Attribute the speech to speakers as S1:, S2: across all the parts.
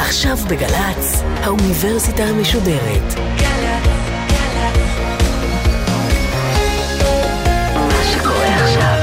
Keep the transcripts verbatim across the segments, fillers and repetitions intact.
S1: עכשיו בגלץ, האוניברסיטה המשודרת. מה שקורה עכשיו.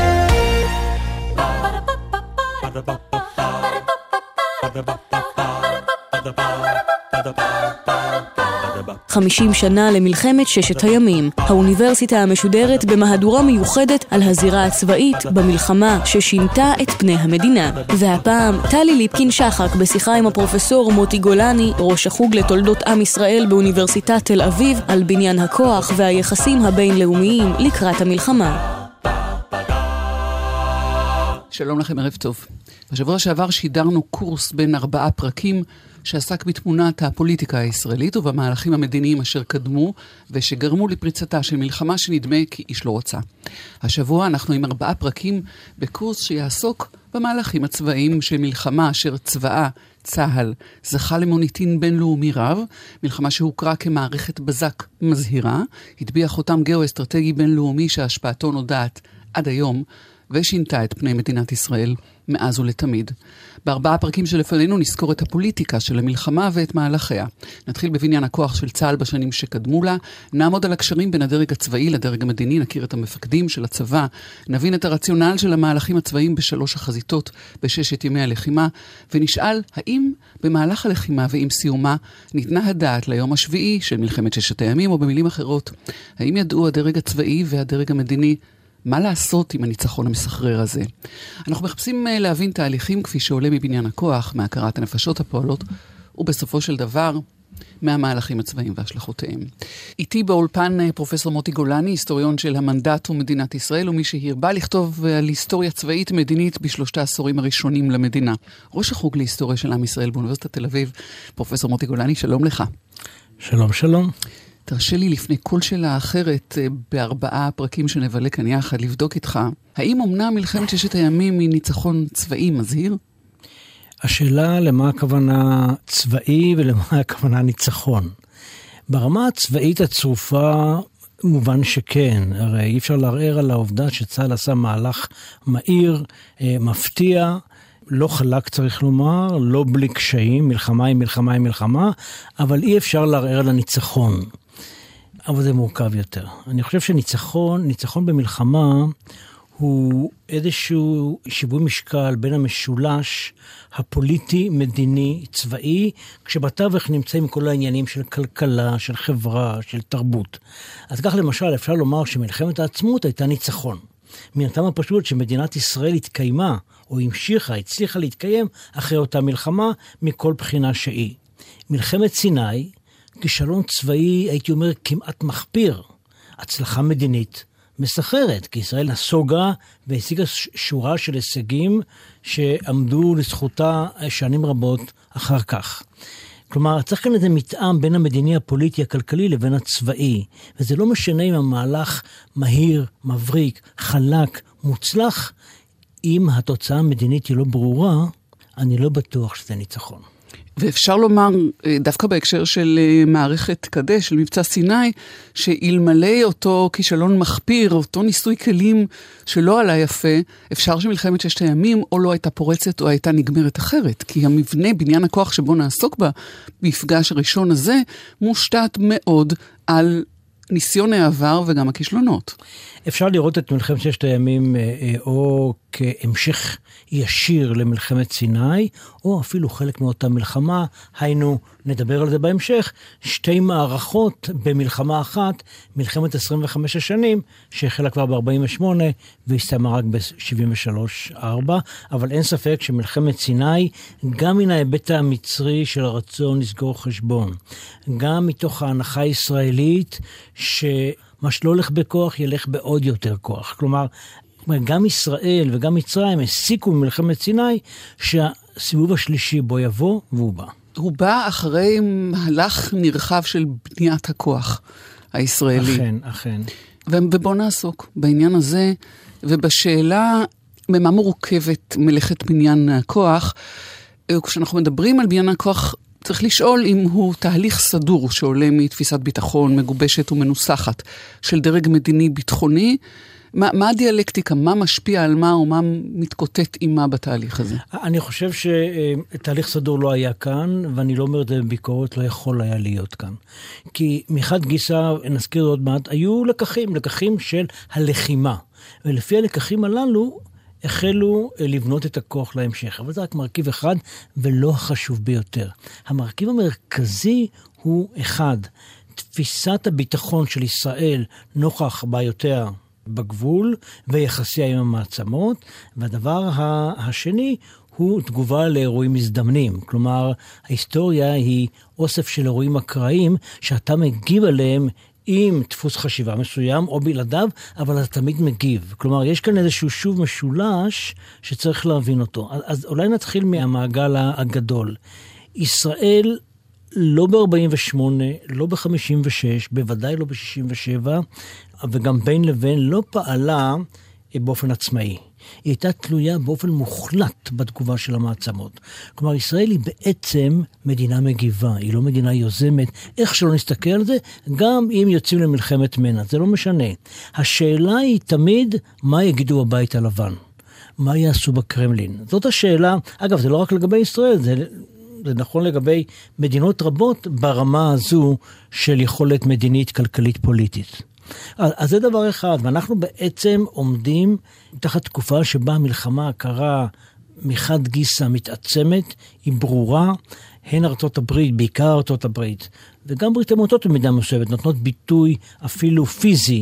S1: חמישים שנה למלחמת ששת הימים. האוניברסיטה המשודרת במהדורה מיוחדת על הזירה הצבאית במלחמה ששינתה את פני המדינה. והפעם טלי ליפקין שחק בשיחה עם הפרופסור מוטי גולני, ראש החוג לתולדות עם ישראל באוניברסיטת תל אביב, על בניין הכוח והיחסים הבינלאומיים לקראת המלחמה.
S2: שלום לכם, ערב טוב. בשבוע שעבר שידרנו קורס בין ארבעה פרקים שעסק בתמונת הפוליטיקה הישראלית ובמהלכים המדיניים אשר קדמו ושגרמו לפריצתה של מלחמה שנדמה כי איש לא רוצה. השבוע אנחנו עם ארבעה פרקים בקורס שיעסוק במהלכים הצבאיים של מלחמה אשר צבאה, צהל, זכה למוניטין בינלאומי רב, מלחמה שהוכרה כמערכת בזק מזהירה, הטביע חותם גאו-אסטרטגי בינלאומי שהשפעתו נודעת עד היום, ושינתה את פני מדינת ישראל מאז ולתמיד. בארבעה הפרקים שלפנינו נזכור את הפוליטיקה של המלחמה ואת מהלכיה. נתחיל בבניין הכוח של צה"ל בשנים שקדמו לה, נעמוד על הקשרים בין הדרג הצבאי לדרג המדיני, נכיר את המפקדים של הצבא, נבין את הרציונל של המהלכים הצבאיים בשלוש החזיתות בששת ימי הלחימה, ונשאל האם במהלך הלחימה ועם סיומה ניתנה הדעת ליום השביעי של מלחמת ששת הימים, או במילים אחרות, האם ידעו הדרג הצבאי והדרג המדיני מה לעשות עם הניצחון המסחרר הזה? אנחנו מחפשים להבין תהליכים כפי שעולה מבניין הכוח, מהכרת הנפשות הפועלות, ובסופו של דבר, מהמהלכים הצבאיים והשלכותיהם. איתי באולפן פרופסור מוטי גולני, היסטוריון של המנדט ומדינת ישראל, ומי שהרבה לכתוב על היסטוריה צבאית מדינית בשלושת העשורים הראשונים למדינה. ראש החוג להיסטוריה של עם ישראל באוניברסיטת תל אביב, פרופסור מוטי גולני, שלום לך.
S3: שלום, שלום.
S2: תרשה לי לפני כל שאלה אחרת, בארבעה פרקים שנבלה כאן יחד, לבדוק איתך, האם אומנם מלחמת ששת הימים היא ניצחון צבאי מזהיר?
S3: השאלה למה הכוונה צבאי ולמה הכוונה ניצחון. ברמה הצבאית הצרופה מובן שכן, הרי אי אפשר לערער על העובדה שצה"ל עשה מהלך מהיר, מפתיע, לא חלק צריך לומר, לא בלי קשיים, מלחמה היא מלחמה היא מלחמה, אבל אי אפשר לערער על הניצחון. אבל זה מורכב יותר. אני חושב שניצחון, ניצחון במלחמה הוא איזשהו שיווי משקל בין המשולש הפוליטי, מדיני, צבאי, כשבתווך נמצאים כל העניינים של כלכלה, של חברה, של תרבות. אז כך למשל אפשר לומר שמלחמת העצמאות הייתה ניצחון. מן הטעם הפשוט שמדינת ישראל התקיימה, או המשיכה, הצליחה להתקיים אחרי אותה מלחמה מכל בחינה שהיא. מלחמת סיני, כישלון צבאי, הייתי אומר, כמעט מחפיר. הצלחה מדינית מסחררת, כי ישראל נסוגה והשיגה שורה של הישגים שעמדו לזכותה שנים רבות אחר כך. כלומר, צריך כאן איזה מתאם בין המדיני הפוליטי הכלכלי לבין הצבאי, וזה לא משנה אם המהלך מהיר, מבריק, חלק, מוצלח, אם התוצאה המדינית היא לא ברורה, אני לא בטוח שזה ניצחון.
S2: ואפשר לומר, דווקא בהקשר של מערכת קדש, של מבצע סיני, שאלמלא אותו כישלון מחפיר, אותו ניסוי כלים שלא עלה יפה, אפשר שמלחמת ששת הימים או לא הייתה פורצת או הייתה נגמרת אחרת. כי המבנה, בניין הכוח שבו נעסוק במפגש הראשון הזה, מושתת מאוד על ניסיון העבר וגם הכישלונות.
S3: אפשר לראות את מלחמת ששת הימים או כהמשך ישיר למלחמת סיני, או אפילו חלק מאותה מלחמה, היינו, נדבר על זה בהמשך, שתי מערכות במלחמה אחת, מלחמת עשרים וחמש השנים, שהחלה כבר ב-ארבעים ושמונה והסתיימה רק ב-שבעים ושלוש ארבע, אבל אין ספק שמלחמת סיני, גם מן ההיבט המצרי של הרצון לסגור חשבון, גם מתוך ההנחה הישראלית שמה שלא הולך בכוח ילך בעוד יותר כוח. כלומר, גם ישראל וגם מצרים הסיקו ממלחמת סיני שהסיבוב השלישי בו יבוא והוא בא.
S2: הוא בא אחרי מהלך נרחב של בניית הכוח הישראלי.
S3: אכן, אכן.
S2: ובוא נעסוק בעניין הזה ובשאלה במה מורכבת מלאכת בניין הכוח. כשאנחנו מדברים על בניין הכוח, צריך לשאול אם הוא תהליך סדור שעולה מתפיסת ביטחון מגובשת ומנוסחת של דרג מדיני ביטחוני, מה, מה הדיאלקטיקה? מה משפיע על מה או מה מתקוטט עם מה בתהליך הזה?
S3: אני חושב שתהליך סדור לא היה כאן, ואני לא אומר את זה בביקורת, לא יכול היה להיות כאן. כי מחד גיסה, נזכיר עוד מעט, היו לקחים, לקחים של הלחימה. ולפי הלקחים הללו, החלו לבנות את הכוח להמשך. אבל זה רק מרכיב אחד, ולא החשוב ביותר. המרכיב המרכזי הוא אחד, תפיסת הביטחון של ישראל נוכח בעיותיה בגבול ויחסיה עם המעצמות, והדבר השני הוא תגובה לאירועים מזדמנים. כלומר, ההיסטוריה היא אוסף של אירועים אקראיים שאתה מגיב עליהם עם דפוס חשיבה מסוים או בלעדיו, אבל אתה תמיד מגיב. כלומר, יש כאן איזשהו שוב משולש שצריך להבין אותו. אז אולי נתחיל מהמעגל הגדול. ישראל לא ב-ארבעים ושמונה, לא ב-חמישים ושש, בוודאי לא ב-שישים ושבע, וגם בין לבין לא פעלה באופן עצמאי. היא הייתה תלויה באופן מוחלט בתגובה של המעצמות. כלומר, ישראל היא בעצם מדינה מגיבה, היא לא מדינה יוזמת. איך שלא נסתכל על זה, גם אם יוצאים למלחמת מנע, זה לא משנה. השאלה היא תמיד מה יגידו הבית הלבן, מה יעשו בקרמלין. זאת השאלה, אגב, זה לא רק לגבי ישראל, זה... זה נכון לגבי מדינות רבות ברמה הזו של יכולת מדינית, כלכלית, פוליטית. אז זה דבר אחד, ואנחנו בעצם עומדים תחת תקופה שבה המלחמה הקרה מחד גיסה מתעצמת, היא ברורה, הן ארצות הברית, בעיקר ארצות הברית, וגם ברית המועצות במידה מסוימת, נותנות ביטוי אפילו פיזי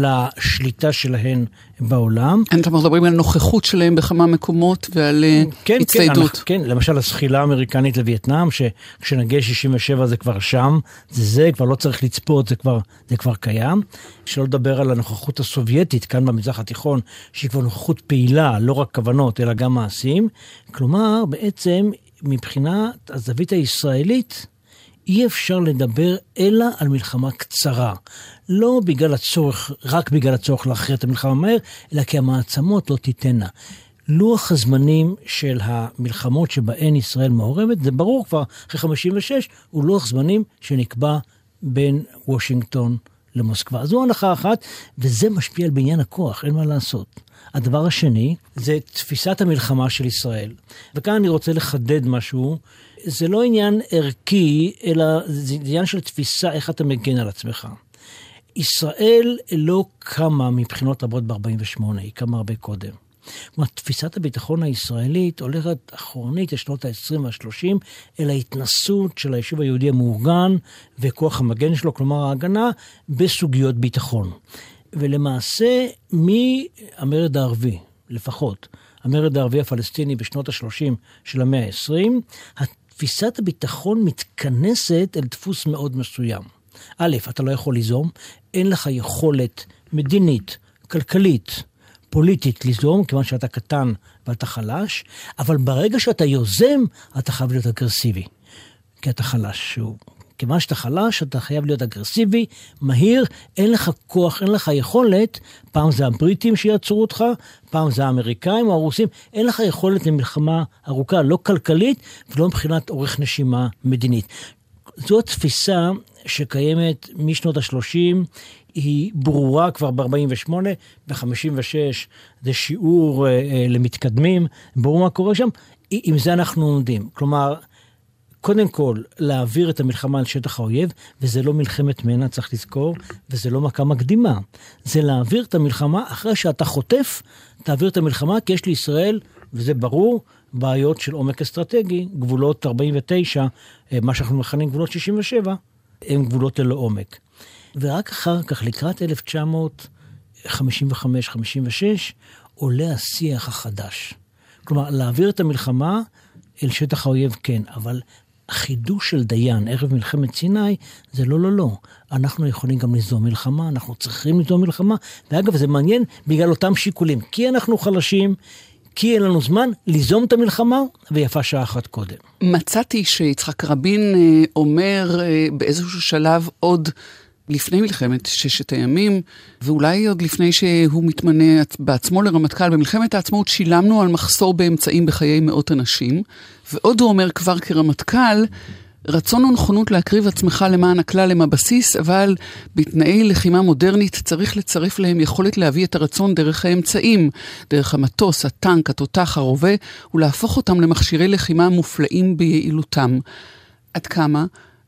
S3: לשליטה שלהן בעולם.
S2: אנחנו מדברים על נוכחות שלהם בכמה מקומות ועל כן, הצטיידות.
S3: כן, כן, למשל הסחילה האמריקנית לווייטנאם, שכשנגיע שישים ושבע זה כבר שם, זה זה, כבר לא צריך לצפות, זה כבר, זה כבר קיים. שלא לדבר על הנוכחות הסובייטית כאן במזרח התיכון, שהיא כבר נוכחות פעילה, לא רק כוונות, אלא גם מעשים. כלומר, בעצם, מבחינת הזווית הישראלית, אי אפשר לדבר אלא על מלחמה קצרה. לא בגלל הצורך, רק בגלל הצורך להכריע את המלחמה מהר, אלא כי המעצמות לא תיתנה. לוח הזמנים של המלחמות שבהן ישראל מעורבת, זה ברור כבר אחרי חמישים ושש, הוא לוח זמנים שנקבע בין וושינגטון למוסקבה. זו הנחה אחת, וזה משפיע על בניין הכוח, אין מה לעשות. הדבר השני, זה תפיסת המלחמה של ישראל. וכאן אני רוצה לחדד משהו, זה לא עניין ערכי, אלא זה עניין של תפיסה איך אתה מגן על עצמך. ישראל לא קמה מבחינות רבות ב-ארבעים ושמונה, היא קמה הרבה קודם. כלומר, תפיסת הביטחון הישראלית הולכת אחורנית לשנות ה-עשרים וה-שלושים, אל ההתנסות של היישוב היהודי המאורגן וכוח המגן שלו, כלומר ההגנה, בסוגיות ביטחון. ולמעשה, מהמרד הערבי, לפחות, המרד הערבי הפלסטיני בשנות ה-שלושים של המאה ה-עשרים, תפיסת הביטחון מתכנסת אל דפוס מאוד מסוים. א', אתה לא יכול ליזום, אין לך יכולת מדינית, כלכלית, פוליטית ליזום, כיוון שאתה קטן ואתה חלש, אבל ברגע שאתה יוזם, אתה חייב להיות אגרסיבי, כי אתה חלש. שהוא, כיוון שאתה חלש, אתה חייב להיות אגרסיבי, מהיר, אין לך כוח, אין לך יכולת, פעם זה הבריטים שיעצרו אותך, פעם זה האמריקאים או הרוסים, אין לך יכולת למלחמה ארוכה, לא כלכלית ולא מבחינת אורך נשימה מדינית. זו התפיסה שקיימת משנות ה-שלושים, היא ברורה כבר ב-ארבעים ושמונה, ב-חמישים ושש זה שיעור אה, למתקדמים, ברור מה קורה שם, עם זה אנחנו עומדים. כלומר, קודם כל, להעביר את המלחמה על שטח האויב, וזה לא מלחמת מנע, צריך לזכור, וזה לא מכה מקדימה. זה להעביר את המלחמה, אחרי שאתה חוטף, תעביר את המלחמה, כי יש לישראל, וזה ברור, בעיות של עומק אסטרטגי, גבולות ארבעים ותשע, מה שאנחנו מכנים גבולות שישים ושבע, הם גבולות ללא עומק. ורק אחר כך, לקראת אלף תשע מאות חמישים וחמש חמישים ושש, עולה השיח החדש. כלומר, להעביר את המלחמה אל שטח האויב כן, אבל החידוש של דיין, ערב מלחמת סיני, זה לא, לא, לא. אנחנו יכולים גם ליזום מלחמה, אנחנו צריכים ליזום מלחמה, ואגב, זה מעניין בגלל אותם שיקולים. כי אנחנו חלשים, כי אין לנו זמן ליזום את המלחמה, ויפה שעה אחת קודם.
S2: מצאתי שיצחק רבין אומר באיזשהו שלב עוד לפני מלחמת ששת הימים, ואולי עוד לפני שהוא מתמנה בעצמו לרמטכ"ל, במלחמת העצמאות שילמנו על מחסור באמצעים בחיי מאות אנשים, ועוד הוא אומר כבר כרמטכ"ל, רצון ונכונות להקריב עצמך למען הכלל הם הבסיס, אבל בתנאי לחימה מודרנית צריך לצרף להם יכולת להביא את הרצון דרך האמצעים, דרך המטוס, הטנק, התותח, הרובה, ולהפוך אותם למכשירי לחימה מופלאים ביעילותם. עד כמה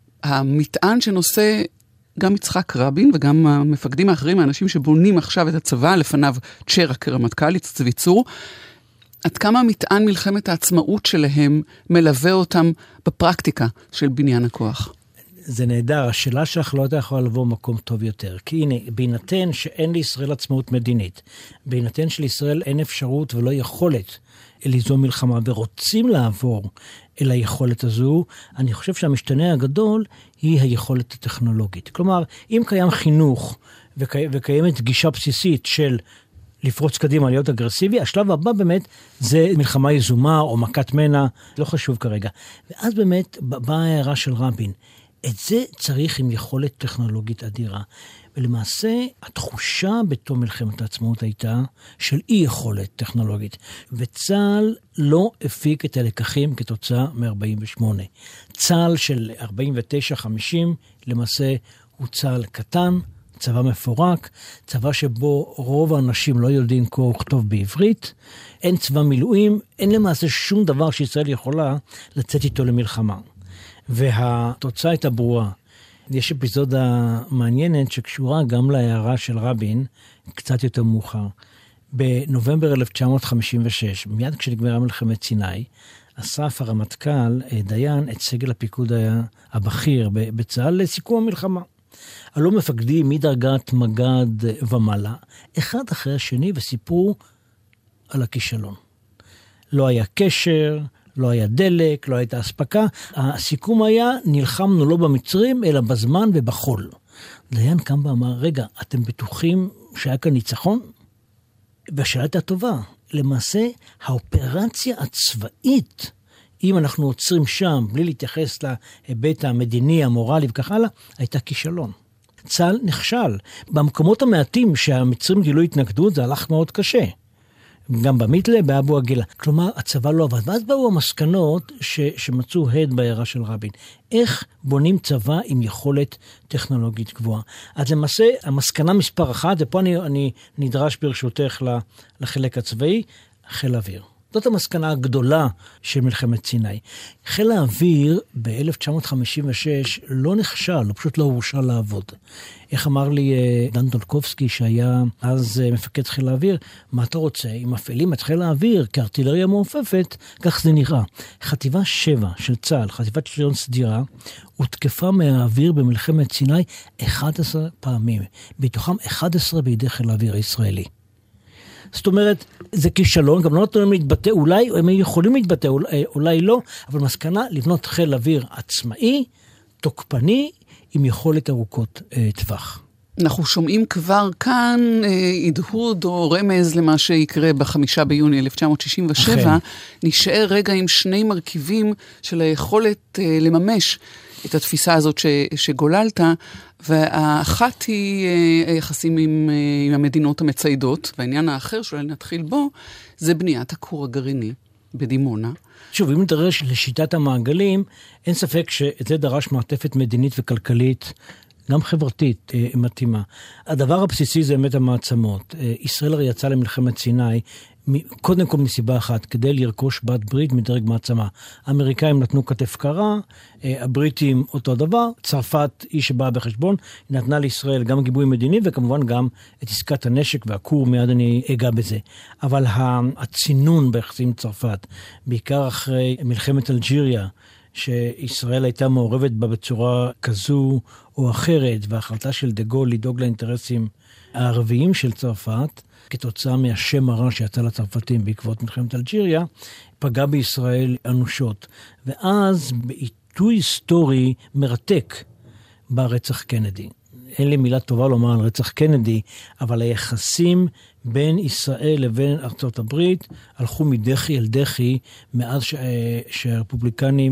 S2: המטען שנושא גם יצחק רבין וגם המפקדים האחרים, האנשים שבונים עכשיו את הצבא, לפניו צ'רה כרמטכ"ל, צבי צור, עד כמה מטען מלחמת העצמאות שלהם מלווה אותם בפרקטיקה של בניין הכוח?
S3: זה נהדר, השאלה שלך לא יכולה לבוא מקום טוב יותר. כי הנה, בהינתן שאין לישראל עצמאות מדינית, בהינתן שלישראל אין אפשרות ולא יכולת ליזום מלחמה, ורוצים לעבור אל היכולת הזו, אני חושב שהמשתנה הגדול היא היכולת הטכנולוגית. כלומר, אם קיים חינוך וקי... וקיימת גישה בסיסית של לפרוץ קדימה, להיות אגרסיבי, השלב הבא באמת זה מלחמה יזומה או מכת מנע, לא חשוב כרגע. ואז באמת באה ההערה של רבין. את זה צריך עם יכולת טכנולוגית אדירה. ולמעשה התחושה בתום מלחמת העצמאות הייתה של אי יכולת טכנולוגית. וצה"ל לא הפיק את הלקחים כתוצאה מ-ארבעים ושמונה. צה"ל של ארבעים ותשע חמישים למעשה הוא צה"ל קטן, צבא מפורק, צבא שבו רוב האנשים לא יודעים קרוא וכתוב בעברית, אין צבא מילואים, אין למעשה שום דבר שישראל יכולה לצאת איתו למלחמה. והתוצאה הייתה ברורה. יש אפיזודה מעניינת שקשורה גם להערה של רבין, קצת יותר מאוחר. בנובמבר אלף תשע מאות חמישים ושש, מיד כשנגמרה מלחמת סיני, אסף הרמטכ"ל דיין את סגל הפיקוד הבכיר בצה"ל לסיכום המלחמה. עלו מפקדים מדרגת מג"ד ומעלה, אחד אחרי השני, וסיפרו על הכישלון. לא היה קשר, לא היה דלק, לא הייתה הספקה. הסיכום היה, נלחמנו לא במצרים, אלא בזמן ובחול. דיין קם ואמר, רגע, אתם בטוחים שהיה כאן ניצחון? והשאלה הייתה טובה. למעשה, האופרציה הצבאית, אם אנחנו עוצרים שם, בלי להתייחס להיבט המדיני, המורלי וכך הלאה, הייתה כישלון. צה"ל נכשל. במקומות המעטים שהמצרים גילו התנגדות, זה הלך מאוד קשה. גם במיתלה, באבו עגילה. כלומר, הצבא לא עבד. ואז באו המסקנות ש, שמצאו הד בהערה של רבין. איך בונים צבא עם יכולת טכנולוגית גבוהה? אז למעשה, המסקנה מספר אחת, ופה אני, אני נדרש ברשותך לחלק הצבאי, חיל האוויר. זאת המסקנה הגדולה של מלחמת סיני. חיל האוויר ב-אלף תשע מאות חמישים ושש לא נכשל, הוא פשוט לא הורשה לעבוד. איך אמר לי דן דולקובסקי, שהיה אז מפקד חיל האוויר, מה אתה רוצה? אם מפעילים את חיל האוויר כארטילריה מעופפת, כך זה נראה. חטיבה שבע של צה"ל, חטיבת שריון סדירה, הותקפה מהאוויר במלחמת סיני אחת עשרה פעמים, בתוכם אחת עשרה בידי חיל האוויר הישראלי. זאת אומרת, זה כישלון, גם לא נתנו להם להתבטא, אולי הם יכולים להתבטא, אולי, אולי לא, אבל מסקנה לבנות חיל אוויר עצמאי, תוקפני, עם יכולת ארוכות אה, טווח.
S2: אנחנו שומעים כבר כאן אה, הדהוד או רמז למה שיקרה בחמישה ביוני אלף תשע מאות שישים ושבע, נשאר רגע עם שני מרכיבים של היכולת אה, לממש את התפיסה הזאת ש, שגוללת, והאחת היא היחסים עם, עם המדינות המציידות, והעניין האחר שאולי נתחיל בו, זה בניית הכור הגרעיני בדימונה.
S3: שוב, אם נדרש לשיטת המעגלים, אין ספק שזה דרש מעטפת מדינית וכלכלית, גם חברתית מתאימה. הדבר הבסיסי זה באמת המעצמות. ישראל הרי יצא למלחמת סיני, קודם כל מסיבה אחת, כדי לרכוש בת ברית מדרג מעצמה. האמריקאים נתנו כתף קרה, הבריטים אותו דבר, צרפת, היא שבאה בחשבון, היא נתנה לישראל גם גיבוי מדיני, וכמובן גם את עסקת הנשק והכור, מיד אני אגע בזה. אבל הצינון ביחסים עם צרפת, בעיקר אחרי מלחמת אלג'יריה, שישראל הייתה מעורבת בה בצורה כזו או אחרת, וההחלטה של דה גול לדאוג לאינטרסים הערביים של צרפת, כתוצאה מהשם הרע שיצא לצרפתים בעקבות מלחמת אלג'יריה, פגע בישראל אנושות. ואז בעיתוי היסטורי מרתק ברצח קנדי. אין לי מילה טובה לומר על רצח קנדי, אבל היחסים בין ישראל לבין ארצות הברית הלכו מדחי אל דחי, מאז שהרפובליקנים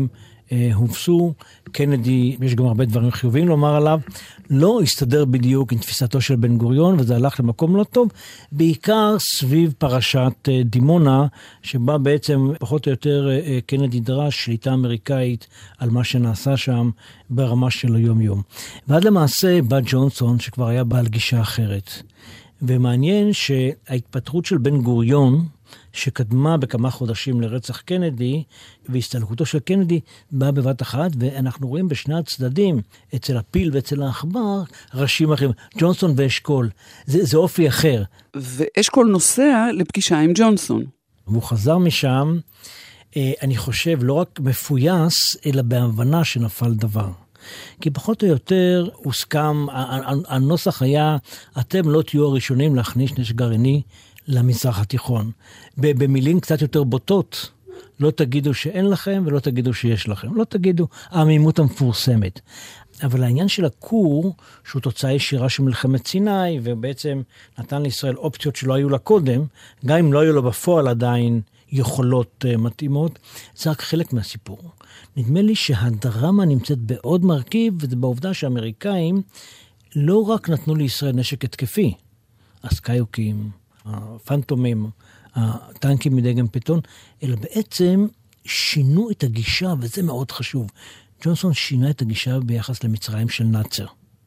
S3: הובסו. קנדי, יש גם הרבה דברים חיוביים לומר עליו, לא הסתדר בדיוק עם תפיסתו של בן גוריון, וזה הלך למקום לא טוב, בעיקר סביב פרשת דימונה, שבה בעצם פחות או יותר קנדי דרש שליטה אמריקאית על מה שנעשה שם ברמה של היום-יום. ועד למעשה בא ג'ונסון, שכבר היה בעל גישה אחרת. ומעניין שההתפטרות של בן גוריון, שקדמה בכמה חודשים לרצח קנדי, והסתלקותו של קנדי באה בבת אחת, ואנחנו רואים בשני הצדדים, אצל הפיל ואצל העכבר, ראשים אחרים, ג'ונסון ואשכול. זה, זה אופי אחר.
S2: ואשכול נוסע לפגישה עם ג'ונסון.
S3: והוא חזר משם, אני חושב, לא רק מפויס, אלא בהבנה שנפל דבר. כי פחות או יותר הוסכם, הנוסח היה, אתם לא תהיו הראשונים להכניס נשק גרעיני למזרח התיכון. במילים קצת יותר בוטות, לא תגידו שאין לכם ולא תגידו שיש לכם. לא תגידו, העמימות המפורסמת. אבל העניין של הכור, שהוא תוצאה ישירה של מלחמת סיני, ובעצם נתן לישראל אופציות שלא היו לה קודם, גם אם לא היו לו בפועל עדיין יכולות uh, מתאימות, זה רק חלק מהסיפור. נדמה לי שהדרמה נמצאת בעוד מרכיב, וזה בעובדה שהאמריקאים לא רק נתנו לישראל נשק התקפי, הסקיוקים, הפנטומים, הטנקים מדגם פטון, אלא בעצם שינו את הגישה, וזה מאוד חשוב. ג'ונסון שינה את הגישה ביחס למצרים של נאצר.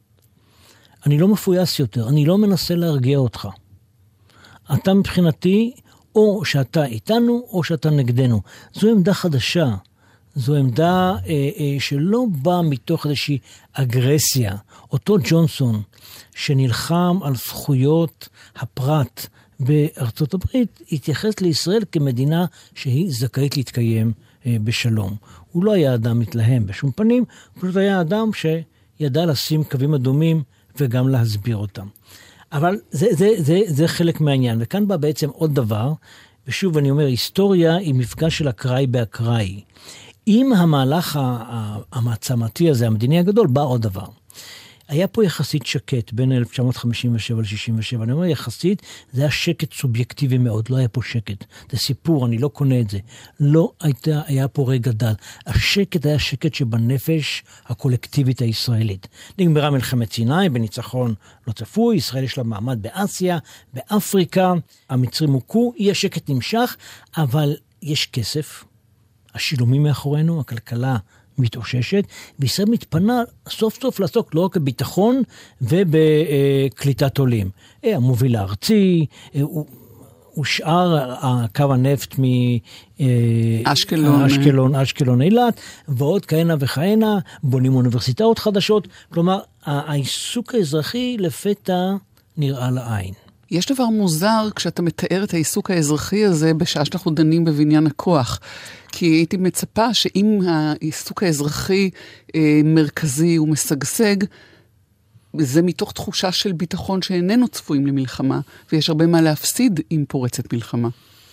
S3: אני לא מפויס יותר, אני לא מנסה להרגיע אותך. אתה מבחינתי, או שאתה איתנו, או שאתה נגדנו. זו עמדה חדשה. זו עמדה אה, אה, שלא באה מתוך איזושהי אגרסיה. אותו ג'ונסון, שנלחם על זכויות הפרט בארצות הברית, התייחס לישראל כמדינה שהיא זכאית להתקיים אה, בשלום. הוא לא היה אדם מתלהם בשום פנים, הוא פשוט היה אדם שידע לשים קווים אדומים וגם להסביר אותם. אבל זה, זה, זה, זה חלק מהעניין. וכאן בא בעצם עוד דבר, ושוב אני אומר, היסטוריה היא מפגש של אקראי באקראי. עם המהלך המעצמתי הזה, המדיני הגדול, בא עוד דבר. היה פה יחסית שקט בין אלף תשע מאות חמישים ושבע ל-שישים ושבע. אני אומר יחסית, זה היה שקט סובייקטיבי מאוד, לא היה פה שקט. זה סיפור, אני לא קונה את זה. לא הייתה, היה פה רגע דל. השקט היה שקט שבנפש הקולקטיבית הישראלית. נגמרה מלחמת סיני, בניצחון לא צפוי, ישראל יש לה מעמד באסיה, באפריקה, המצרים הוכו, אי השקט נמשך, אבל יש כסף, השילומים מאחורינו, הכלכלה מתאוששת, וישראל מתפנה סוף סוף לעסוק לא רק בביטחון ובקליטת עולים. המוביל הארצי, הוא שאר הקו הנפט מאשקלון, אשקלון, אשקלון אילת, ועוד כהנה וכהנה, בונים אוניברסיטאות חדשות, כלומר, העיסוק האזרחי לפתע נראה לעין.
S2: יש דבר מוזר כשאתה מתאר את העיסוק האזרחי הזה בשעה שאנחנו דנים בבניין הכוח. כי הייתי מצפה שאם העיסוק האזרחי אה, מרכזי ומשגשג, זה מתוך תחושה של ביטחון שאיננו צפויים למלחמה, ויש הרבה מה להפסיד אם פורצת מלחמה.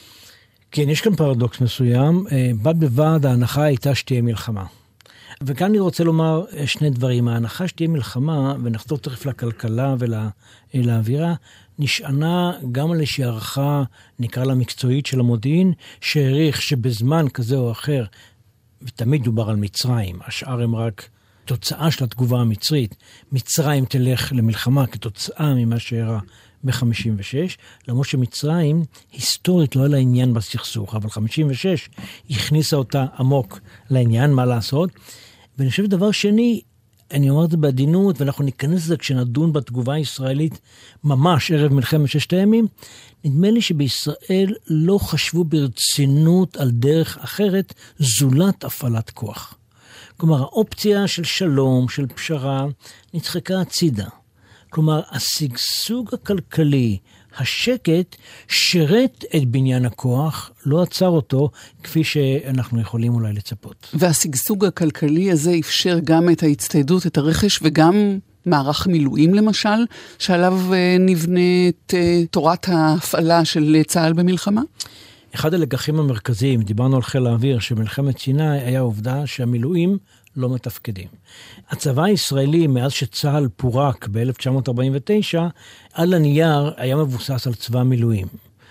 S3: כן, יש כאן פרדוקס מסוים. בד בבד ההנחה הייתה שתהיה מלחמה. וכאן אני רוצה לומר שני דברים. ההנחה שתהיה מלחמה, ונחזור תכף לכלכלה ולאווירה, נשענה גם על איזושהי הערכה, נקרא לה מקצועית של המודיעין, שהעריך שבזמן כזה או אחר, ותמיד דובר על מצרים, השאר הם רק תוצאה של התגובה המצרית, מצרים תלך למלחמה כתוצאה ממה שהראה ב-חמישים ושש, למרות שמצרים היסטורית לא היה לה עניין בסכסוך, אבל חמישים ושש הכניסה אותה עמוק לעניין, מה לעשות. ואני חושב דבר שני, אני אומר את זה בעדינות, ואנחנו ניכנס לזה כשנדון בתגובה הישראלית, ממש ערב מלחמת ששת הימים, נדמה לי שבישראל לא חשבו ברצינות על דרך אחרת, זולת הפעלת כוח. כלומר, האופציה של שלום, של פשרה, נדחקה הצידה. כלומר, השגשוג הכלכלי, השקט, שרת את בניין הכוח, לא עצר אותו, כפי שאנחנו יכולים אולי לצפות.
S2: והשגשוג הכלכלי הזה אפשר גם את ההצטיידות, את הרכש, וגם מערך מילואים למשל, שעליו נבנית תורת ההפעלה של צה"ל במלחמה?
S3: אחד הלקחים המרכזיים, דיברנו על חיל האוויר, שמלחמת סיני היה עובדה שהמילואים לא מתפקדים. הצבא הישראלי, מאז שצה"ל פורק ב-אלף תשע מאות ארבעים ותשע, על הנייר היה מבוסס על צבא מילואים.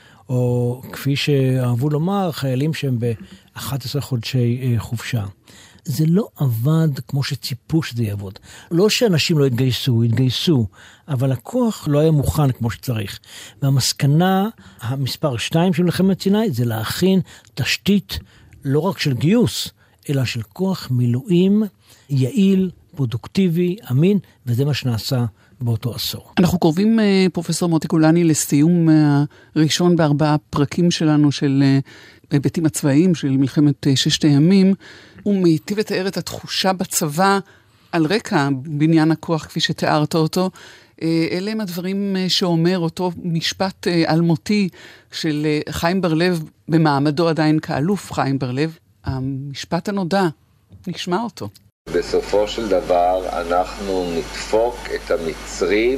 S3: או כפי שאהבו לומר, חיילים שהם ב-אחד עשר חודשי חופשה. זה לא עבד כמו שציפו שזה יעבוד. לא שאנשים לא התגייסו, התגייסו, אבל הכוח לא היה מוכן כמו שצריך. והמסקנה, המספר שתיים של מלחמת סיני, זה להכין תשתית לא רק של גיוס, אלא של כוח מילואים יעיל, פרודוקטיבי, אמין, וזה מה שנעשה באותו עשור.
S2: אנחנו קרובים, פרופסור מוטי גולני, לסיום הראשון בארבעה פרקים שלנו של היבטים הצבאיים של מלחמת ששת הימים. הוא מיטיב לתאר את התחושה בצבא על רקע בניין הכוח כפי שתיארת אותו. אלה הם הדברים שאומר אותו משפט אלמותי של חיים בר-לב, במעמדו עדיין כאלוף חיים בר-לב. המשפט הנודע, נשמע אותו.
S4: בסופו של דבר אנחנו נדפוק את המצרים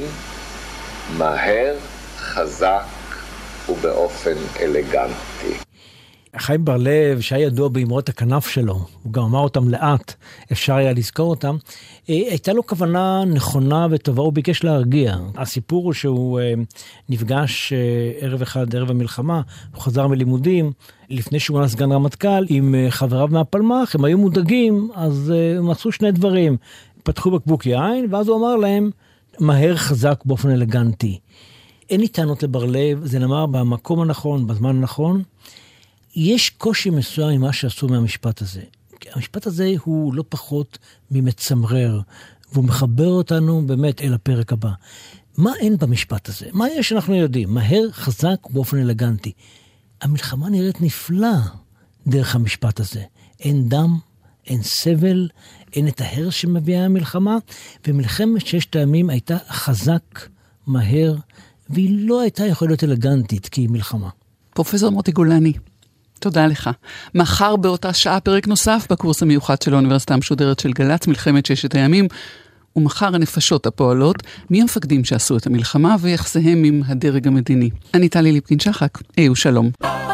S4: מהר, חזק ובאופן אלגנטי.
S3: חיים בר-לב, שהיה ידוע באמרות הכנף שלו, הוא גם אמר אותם לאט, אפשר היה לזכור אותם, הייתה לו כוונה נכונה וטובה, הוא ביקש להרגיע. הסיפור הוא שהוא נפגש ערב אחד, ערב המלחמה, הוא חזר מלימודים, לפני שהוא היה סגן רמטכ"ל, עם חבריו מהפלמ"ח, הם היו מודאגים, אז מצאו שני דברים, פתחו בקבוק יין, ואז הוא אמר להם, מהר חזק באופן אלגנטי. אין לי טענות לבר-לב, זה נאמר במקום הנכון, בזמן הנכון. יש קושי מסוים עם מה שעשו מהמשפט הזה. המשפט הזה הוא לא פחות ממצמרר, והוא מחבר אותנו באמת אל הפרק הבא. מה אין במשפט הזה? מה יש שאנחנו יודעים? מהר, חזק, באופן אלגנטי. המלחמה נראית נפלא דרך המשפט הזה. אין דם, אין סבל, אין את ההרס שמביאה המלחמה, ומלחמת ששת הימים הייתה חזק, מהר, והיא לא הייתה יכולה להיות אלגנטית, כי היא מלחמה.
S2: פרופסור מוטי גולני, תודה לך. מחר באותה שעה פרק נוסף בקורס המיוחד של האוניברסיטה המשודרת של גל"צ, מלחמת ששת הימים, ומחר הנפשות הפועלות, מי המפקדים שעשו את המלחמה ויחסיהם עם הדרג המדיני. אני טלי ליפקין שחק, היו שלום.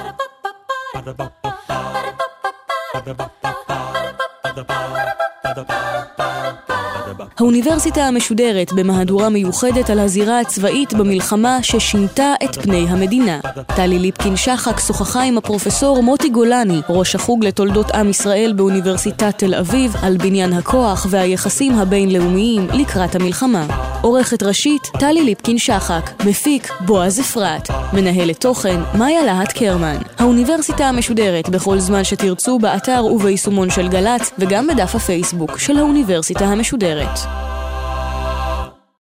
S1: האוניברסיטה המשודרת במהדורה מיוחדת על הזירה הצבאית במלחמה ששינתה את פני המדינה. טלי ליפקין שחק שוחחה עם הפרופסור מוטי גולני, ראש החוג לתולדות עם ישראל באוניברסיטת תל אביב, על בניין הכוח והיחסים הבינלאומיים לקראת המלחמה. עורכת ראשית טלי ליפקין שחק, מפיק בועז אפרת, מנהלת תוכן מאיה להט קרמן. האוניברסיטה המשודרת בכל זמן שתרצו באתר וביישומון של גל"צ וגם בדף הפייסבוק של האוניברסיטה המשודרת.